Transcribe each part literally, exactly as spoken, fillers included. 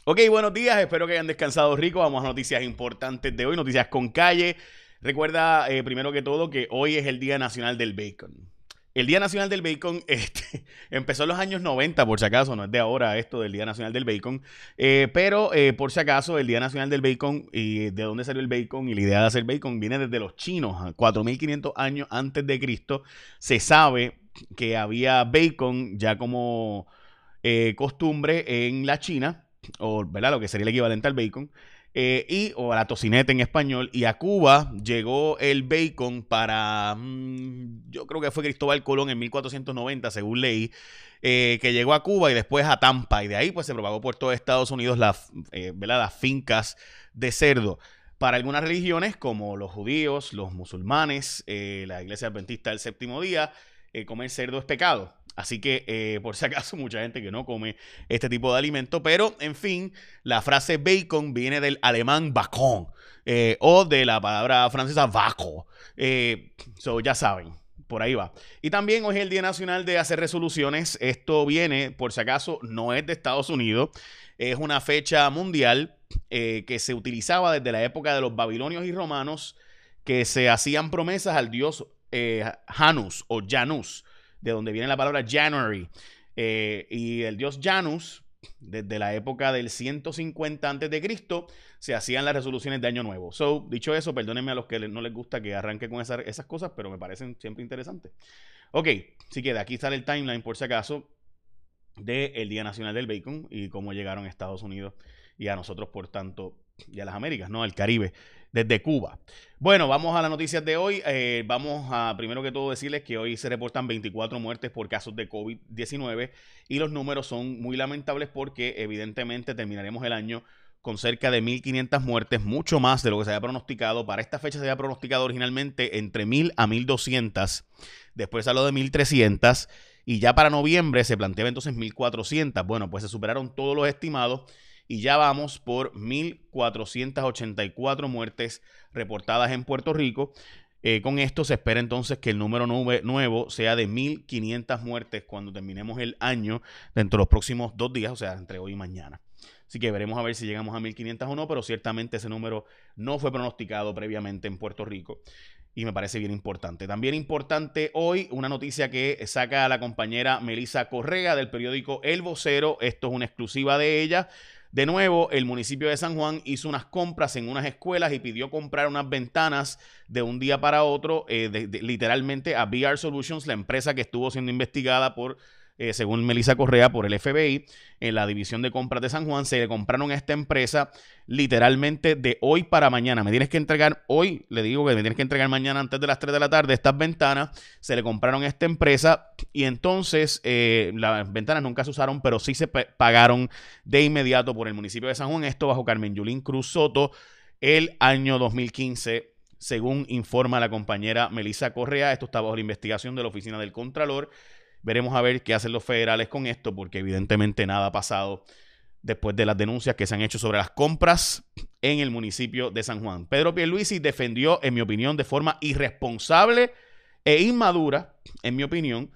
Ok, buenos días, espero que hayan descansado rico. Vamos a noticias importantes de hoy, noticias con calle. Recuerda, eh, primero que todo, que hoy es el Día Nacional del Bacon. El Día Nacional del Bacon este, empezó en los años noventa, por si acaso, no es de ahora esto del Día Nacional del Bacon, eh, pero eh, por si acaso el Día Nacional del Bacon y de dónde salió el bacon y la idea de hacer bacon viene desde los chinos, cuatro mil quinientos años antes de Cristo. Se sabe que había bacon ya como eh, costumbre en la China, o ¿verdad? Lo que sería el equivalente al bacon, eh, y, o a la tocineta en español, y a Cuba llegó el bacon para, mmm, yo creo que fue Cristóbal Colón en mil cuatrocientos noventa, según leí, eh, que llegó a Cuba y después a Tampa, y de ahí pues se propagó por todo Estados Unidos las, eh, ¿verdad? Las fincas de cerdo. Para algunas religiones, como los judíos, los musulmanes, eh, la iglesia adventista del séptimo día, eh, comer cerdo es pecado. Así que, eh, por si acaso, mucha gente que no come este tipo de alimento. Pero, en fin, la frase bacon viene del alemán bacon, eh, o de la palabra francesa vaco. Eh, so, ya saben, por ahí va. Y también hoy es el Día Nacional de hacer resoluciones. Esto viene, por si acaso, no es de Estados Unidos. Es una fecha mundial eh, que se utilizaba desde la época de los babilonios y romanos, que se hacían promesas al dios eh, Janus o Janus, de donde viene la palabra January. Eh, y el dios Janus, desde la época del ciento cincuenta antes de Cristo, se hacían las resoluciones de Año Nuevo. So, dicho eso, perdónenme a los que no les gusta que arranque con esa, esas cosas, pero me parecen siempre interesantes. Ok, si queda, aquí sale el timeline, por si acaso, del Día Nacional del Bacon y cómo llegaron a Estados Unidos y a nosotros, por tanto, y a las Américas, ¿no? Al Caribe, desde Cuba. Bueno, vamos a las noticias de hoy. Eh, vamos a, primero que todo, decirles que hoy se reportan veinticuatro muertes por casos de COVID diecinueve y los números son muy lamentables porque, evidentemente, terminaremos el año con cerca de mil quinientas muertes, mucho más de lo que se había pronosticado. Para esta fecha se había pronosticado originalmente entre mil a mil doscientas, después habló de mil trescientas, y ya para noviembre se planteaba entonces mil cuatrocientas. Bueno, pues se superaron todos los estimados y ya vamos por mil cuatrocientas ochenta y cuatro muertes reportadas en Puerto Rico. Eh, con esto se espera entonces que el número nuevo sea de mil quinientas muertes cuando terminemos el año, dentro de los próximos dos días, o sea, entre hoy y mañana. Así que veremos a ver si llegamos a mil quinientas o no, pero ciertamente ese número no fue pronosticado previamente en Puerto Rico y me parece bien importante. También importante hoy una noticia que saca la compañera Melissa Correa del periódico El Vocero. Esto es una exclusiva de ella. De nuevo, el municipio de San Juan hizo unas compras en unas escuelas y pidió comprar unas ventanas de un día para otro, eh, de, de, literalmente a V R Solutions, la empresa que estuvo siendo investigada por, eh, según Melissa Correa, por el F B I, en la división de compras de San Juan. Se le compraron a esta empresa literalmente de hoy para mañana. Me tienes que entregar hoy, le digo que me tienes que entregar mañana antes de las tres de la tarde estas ventanas. Se le compraron a esta empresa y entonces eh, las ventanas nunca se usaron, pero sí se pagaron de inmediato por el municipio de San Juan. Esto bajo Carmen Yulín Cruz Soto el año dos mil quince, según informa la compañera Melissa Correa. Esto está bajo la investigación de la Oficina del Contralor. Veremos a ver qué hacen los federales con esto, porque evidentemente nada ha pasado después de las denuncias que se han hecho sobre las compras en el municipio de San Juan. Pedro Pierluisi defendió, en mi opinión, de forma irresponsable e inmadura, en mi opinión,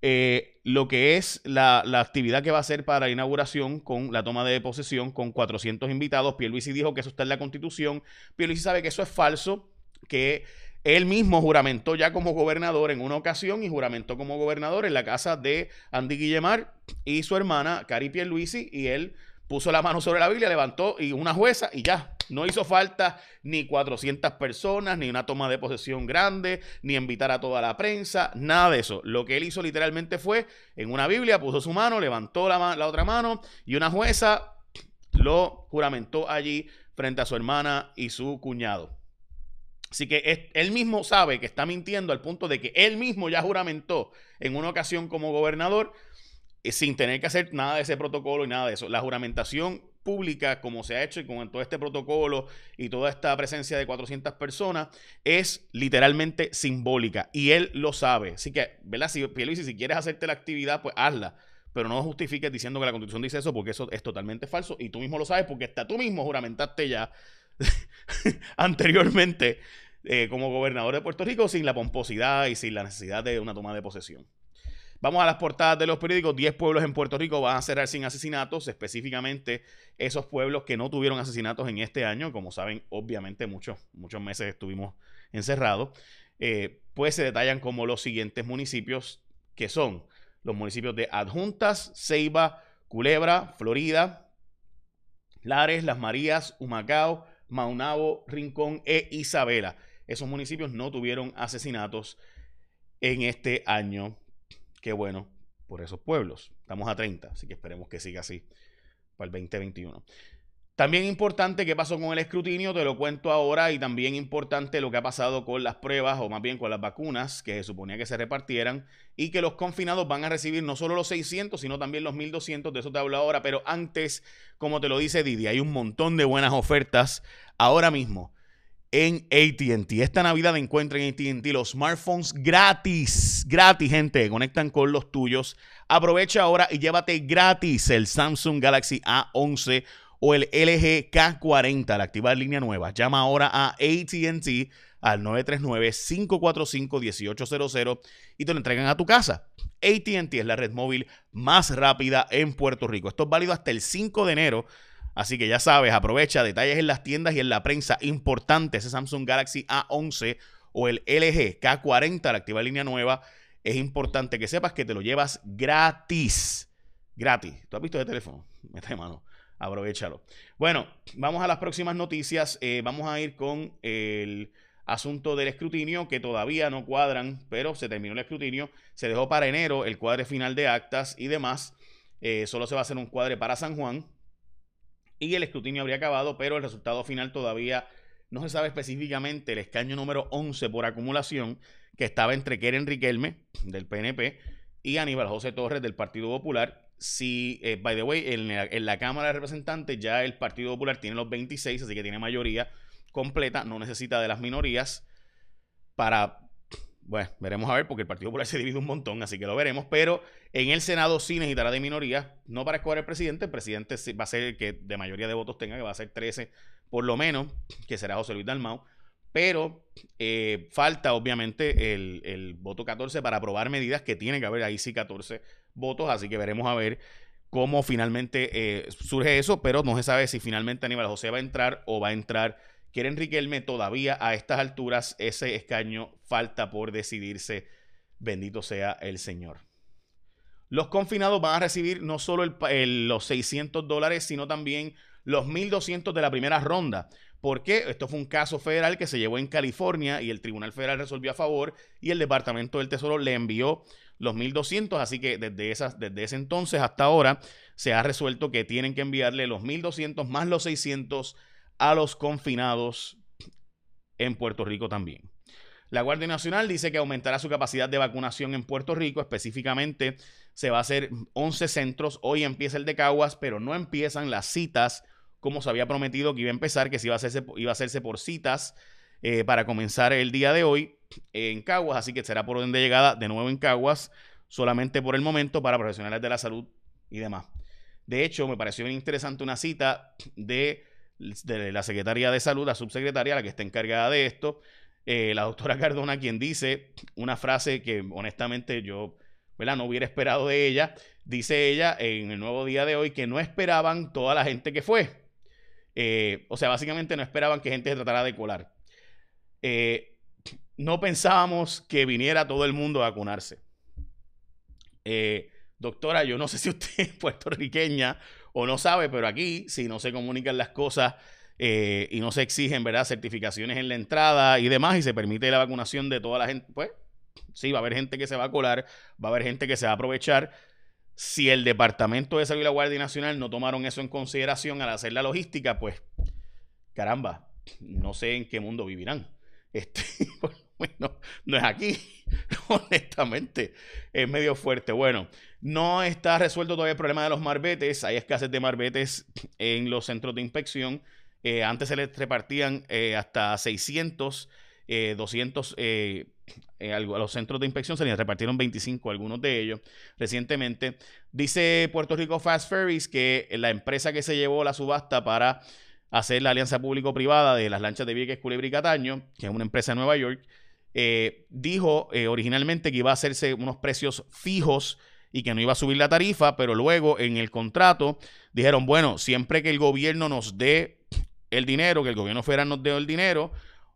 eh, lo que es la, la actividad que va a hacer para la inauguración con la toma de posesión con cuatrocientos invitados. Pierluisi dijo que eso está en la Constitución. Pierluisi sabe que eso es falso, que él mismo juramentó ya como gobernador en una ocasión y juramentó como gobernador en la casa de Andy Guillemar y su hermana Cari Pierluisi, y él puso la mano sobre la Biblia, levantó y una jueza y ya. No hizo falta ni cuatrocientas personas, ni una toma de posesión grande, ni invitar a toda la prensa, nada de eso. Lo que él hizo literalmente fue, en una Biblia, puso su mano, levantó la, la otra mano y una jueza lo juramentó allí frente a su hermana y su cuñado. Así que es, él mismo sabe que está mintiendo al punto de que él mismo ya juramentó en una ocasión como gobernador eh, sin tener que hacer nada de ese protocolo y nada de eso. La juramentación pública, como se ha hecho y con todo este protocolo y toda esta presencia de cuatrocientas personas, es literalmente simbólica y él lo sabe. Así que, ¿verdad? Si, Pierluisi, si quieres hacerte la actividad, pues hazla, pero no justifiques diciendo que la Constitución dice eso, porque eso es totalmente falso y tú mismo lo sabes, porque hasta tú mismo juramentaste ya anteriormente eh, como gobernador de Puerto Rico sin la pomposidad y sin la necesidad de una toma de posesión. Vamos a las portadas de los periódicos. diez pueblos en Puerto Rico van a cerrar sin asesinatos, específicamente esos pueblos que no tuvieron asesinatos en este año. Como saben, obviamente muchos, muchos meses estuvimos encerrados. Eh, pues se detallan como los siguientes municipios, que son los municipios de Adjuntas, Ceiba, Culebra, Florida, Lares, Las Marías, Humacao, Maunabo, Rincón e Isabela. Esos municipios no tuvieron asesinatos en este año. Qué bueno por esos pueblos. Estamos a treinta, así que esperemos que siga así para el veinte veintiuno. También importante qué pasó con el escrutinio, te lo cuento ahora, y también importante lo que ha pasado con las pruebas, o más bien con las vacunas que se suponía que se repartieran, y que los confinados van a recibir no solo los seiscientos, sino también los mil doscientos, de eso te hablo ahora. Pero antes, como te lo dice Didi, hay un montón de buenas ofertas ahora mismo en A T and T. Esta Navidad encuentra en A T and T los smartphones gratis, gratis, gente, conectan con los tuyos. Aprovecha ahora y llévate gratis el Samsung Galaxy A once o el L G K cuarenta al activar línea nueva. Llama ahora a A T and T al nueve tres nueve, cinco cuatro cinco, uno ocho cero cero y te lo entregan a tu casa. A T and T es la red móvil más rápida en Puerto Rico. Esto es válido hasta el cinco de enero, así que ya sabes, aprovecha. Detalles en las tiendas y en la prensa. Importante, ese Samsung Galaxy A once o el L G K cuarenta al activar línea nueva. Es importante que sepas que te lo llevas gratis. Gratis. ¿Tú has visto ese teléfono? Mete mano. Aprovechalo. Bueno, vamos a las próximas noticias. Eh, vamos a ir con el asunto del escrutinio, que todavía no cuadran, pero se terminó el escrutinio. Se dejó para enero el cuadre final de actas y demás. Eh, solo se va a hacer un cuadre para San Juan y el escrutinio habría acabado, pero el resultado final todavía no se sabe específicamente. El escaño número once por acumulación, que estaba entre Keren Riquelme del P N P y Aníbal José Torres del Partido Popular. Si, eh, by the way, en la, en la Cámara de Representantes ya el Partido Popular tiene los veintiséis, así que tiene mayoría completa, no necesita de las minorías para, bueno, veremos a ver, porque el Partido Popular se divide un montón, así que lo veremos. Pero en el Senado sí necesitará de minorías, no para escoger el presidente. El presidente va a ser el que de mayoría de votos tenga, que va a ser trece por lo menos, que será José Luis Dalmau. Pero eh, falta obviamente el, el voto catorce para aprobar medidas, que tiene que haber ahí sí catorce votos, así que veremos a ver cómo finalmente eh, surge eso. Pero no se sabe si finalmente Aníbal José va a entrar o va a entrar Keren Riquelme. Todavía a estas alturas ese escaño falta por decidirse, bendito sea el Señor. Los confinados van a recibir no solo el, el, los seiscientos dólares, sino también los mil doscientos de la primera ronda. ¿Por qué? Esto fue un caso federal que se llevó en California y el Tribunal Federal resolvió a favor y el Departamento del Tesoro le envió los mil doscientos, así que desde, esas, desde ese entonces hasta ahora se ha resuelto que tienen que enviarle los mil doscientos más los seiscientos a los confinados en Puerto Rico también. La Guardia Nacional dice que aumentará su capacidad de vacunación en Puerto Rico. Específicamente se va a hacer once centros. Hoy empieza el de Caguas, pero no empiezan las citas como se había prometido que iba a empezar, que se iba a hacerse, iba a hacerse por citas eh, para comenzar el día de hoy en Caguas. Así que será por orden de llegada de nuevo en Caguas, solamente por el momento para profesionales de la salud y demás. De hecho, me pareció bien interesante una cita de, de la Secretaría de Salud, la subsecretaria, la que está encargada de esto, eh, la doctora Cardona, quien dice una frase que honestamente yo, ¿verdad?, no hubiera esperado de ella. Dice ella en el Nuevo Día de hoy que no esperaban toda la gente que fue. Eh, o sea, básicamente no esperaban que gente se tratara de colar. Eh, no pensábamos que viniera todo el mundo a vacunarse. Eh, doctora, yo no sé si usted es puertorriqueña o no sabe, pero aquí, si no se comunican las cosas eh, y no se exigen, ¿verdad?, certificaciones en la entrada y demás, y se permite la vacunación de toda la gente, pues sí, va a haber gente que se va a colar, va a haber gente que se va a aprovechar. Si el Departamento de Salud y la Guardia Nacional no tomaron eso en consideración al hacer la logística, pues, caramba, no sé en qué mundo vivirán. Este, bueno, no es aquí, honestamente, es medio fuerte. Bueno, no está resuelto todavía el problema de los marbetes. Hay escasez de marbetes en los centros de inspección. Eh, antes se les repartían eh, hasta seiscientos, eh, doscientos... Eh, Eh, a los centros de inspección se les repartieron veinticinco, algunos de ellos recientemente. Dice Puerto Rico Fast Ferries que la empresa que se llevó la subasta para hacer la alianza público-privada de las lanchas de Vieques, Culebra y Cataño, que es una empresa de Nueva York, eh, dijo eh, originalmente que iba a hacerse unos precios fijos y que no iba a subir la tarifa, pero luego en el contrato dijeron, bueno, siempre que el gobierno nos dé el dinero, que el gobierno federal nos dé el dinero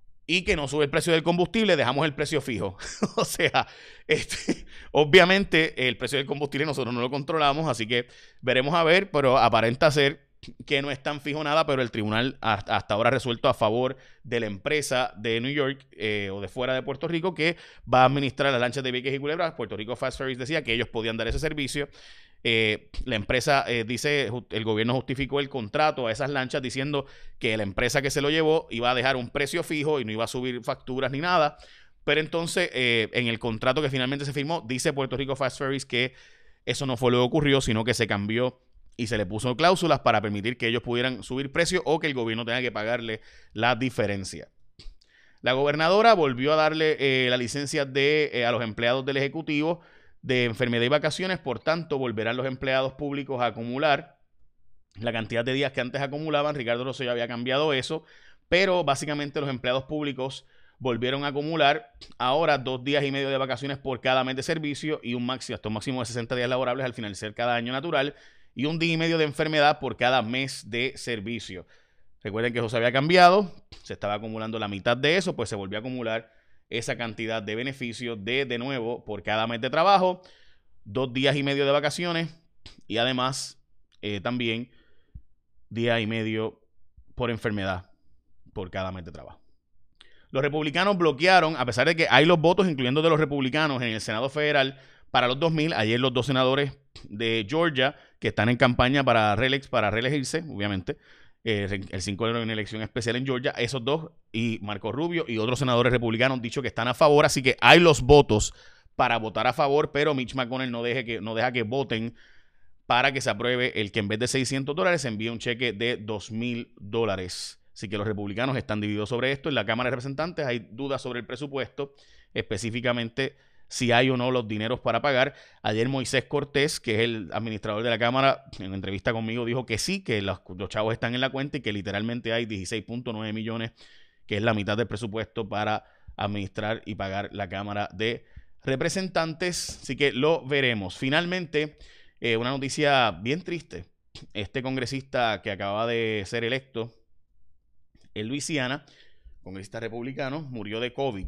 y que no sube el precio del combustible, dejamos el precio fijo. O sea, este, obviamente el precio del combustible nosotros no lo controlamos, así que veremos a ver, pero aparenta ser que no es tan fijo nada, pero el tribunal hasta, hasta ahora ha resuelto a favor de la empresa de New York eh, o de fuera de Puerto Rico que va a administrar las lanchas de Vieques y Culebras. Puerto Rico Fast Ferries decía que ellos podían dar ese servicio. Eh, la empresa eh, dice, el gobierno justificó el contrato a esas lanchas diciendo que la empresa que se lo llevó iba a dejar un precio fijo y no iba a subir facturas ni nada. Pero entonces eh, en el contrato que finalmente se firmó dice Puerto Rico Fast Ferries que eso no fue lo que ocurrió, sino que se cambió y se le puso cláusulas para permitir que ellos pudieran subir precios o que el gobierno tenga que pagarle la diferencia. La gobernadora volvió a darle eh, la licencia de, eh, a los empleados del Ejecutivo de enfermedad y vacaciones, por tanto volverán los empleados públicos a acumular la cantidad de días que antes acumulaban. Ricardo Rosselló había cambiado eso, pero básicamente los empleados públicos volvieron a acumular ahora dos días y medio de vacaciones por cada mes de servicio y un máximo, hasta un máximo de sesenta días laborables al finalizar cada año natural y un día y medio de enfermedad por cada mes de servicio. Recuerden que eso se había cambiado, se estaba acumulando la mitad de eso, pues se volvió a acumular esa cantidad de beneficios de, de nuevo, por cada mes de trabajo, dos días y medio de vacaciones y además eh, también día y medio por enfermedad por cada mes de trabajo. Los republicanos bloquearon, a pesar de que hay los votos, incluyendo de los republicanos en el Senado Federal, para los dos mil. Ayer los dos senadores de Georgia, que están en campaña para, reelex, para reelegirse, obviamente, eh, el cinco de enero hay una elección especial en Georgia, esos dos, y Marco Rubio y otros senadores republicanos han dicho que están a favor, así que hay los votos para votar a favor, pero Mitch McConnell no, deje que, no deja que voten para que se apruebe el que en vez de seiscientos dólares se envíe un cheque de dos mil dólares. Así que los republicanos están divididos sobre esto. En la Cámara de Representantes hay dudas sobre el presupuesto, específicamente si hay o no los dineros para pagar. Ayer Moisés Cortés, que es el administrador de la Cámara, en una entrevista conmigo dijo que sí, que los, los chavos están en la cuenta y que literalmente hay dieciséis punto nueve millones, que es la mitad del presupuesto para administrar y pagar la Cámara de Representantes. Así que lo veremos. Finalmente, eh, una noticia bien triste. Este congresista que acaba de ser electo en Luisiana, congresista republicano, murió de COVID.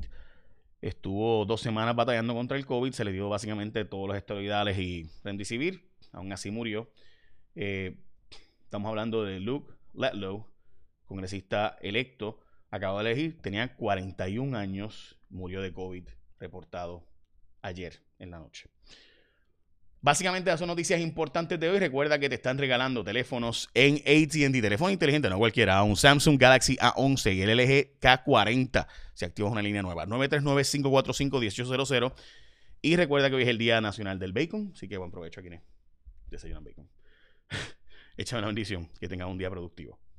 Estuvo dos semanas batallando contra el COVID, se le dio básicamente todos los esteroidales y remdesivir, aún así murió. Eh, estamos hablando de Luke Letlow, congresista electo, acaba de elegir, tenía cuarenta y un años, murió de COVID, reportado ayer en la noche. Básicamente esas son noticias importantes de hoy. Recuerda que te están regalando teléfonos en A T and T, teléfono inteligente, no cualquiera, un Samsung Galaxy A once y el L G K cuarenta. Si activas una línea nueva, nueve tres nueve, cinco cuatro cinco, uno ocho cero cero. Y recuerda que hoy es el Día Nacional del Bacon, así que buen provecho a quienes desayunan bacon. Échame una bendición, que tengan un día productivo.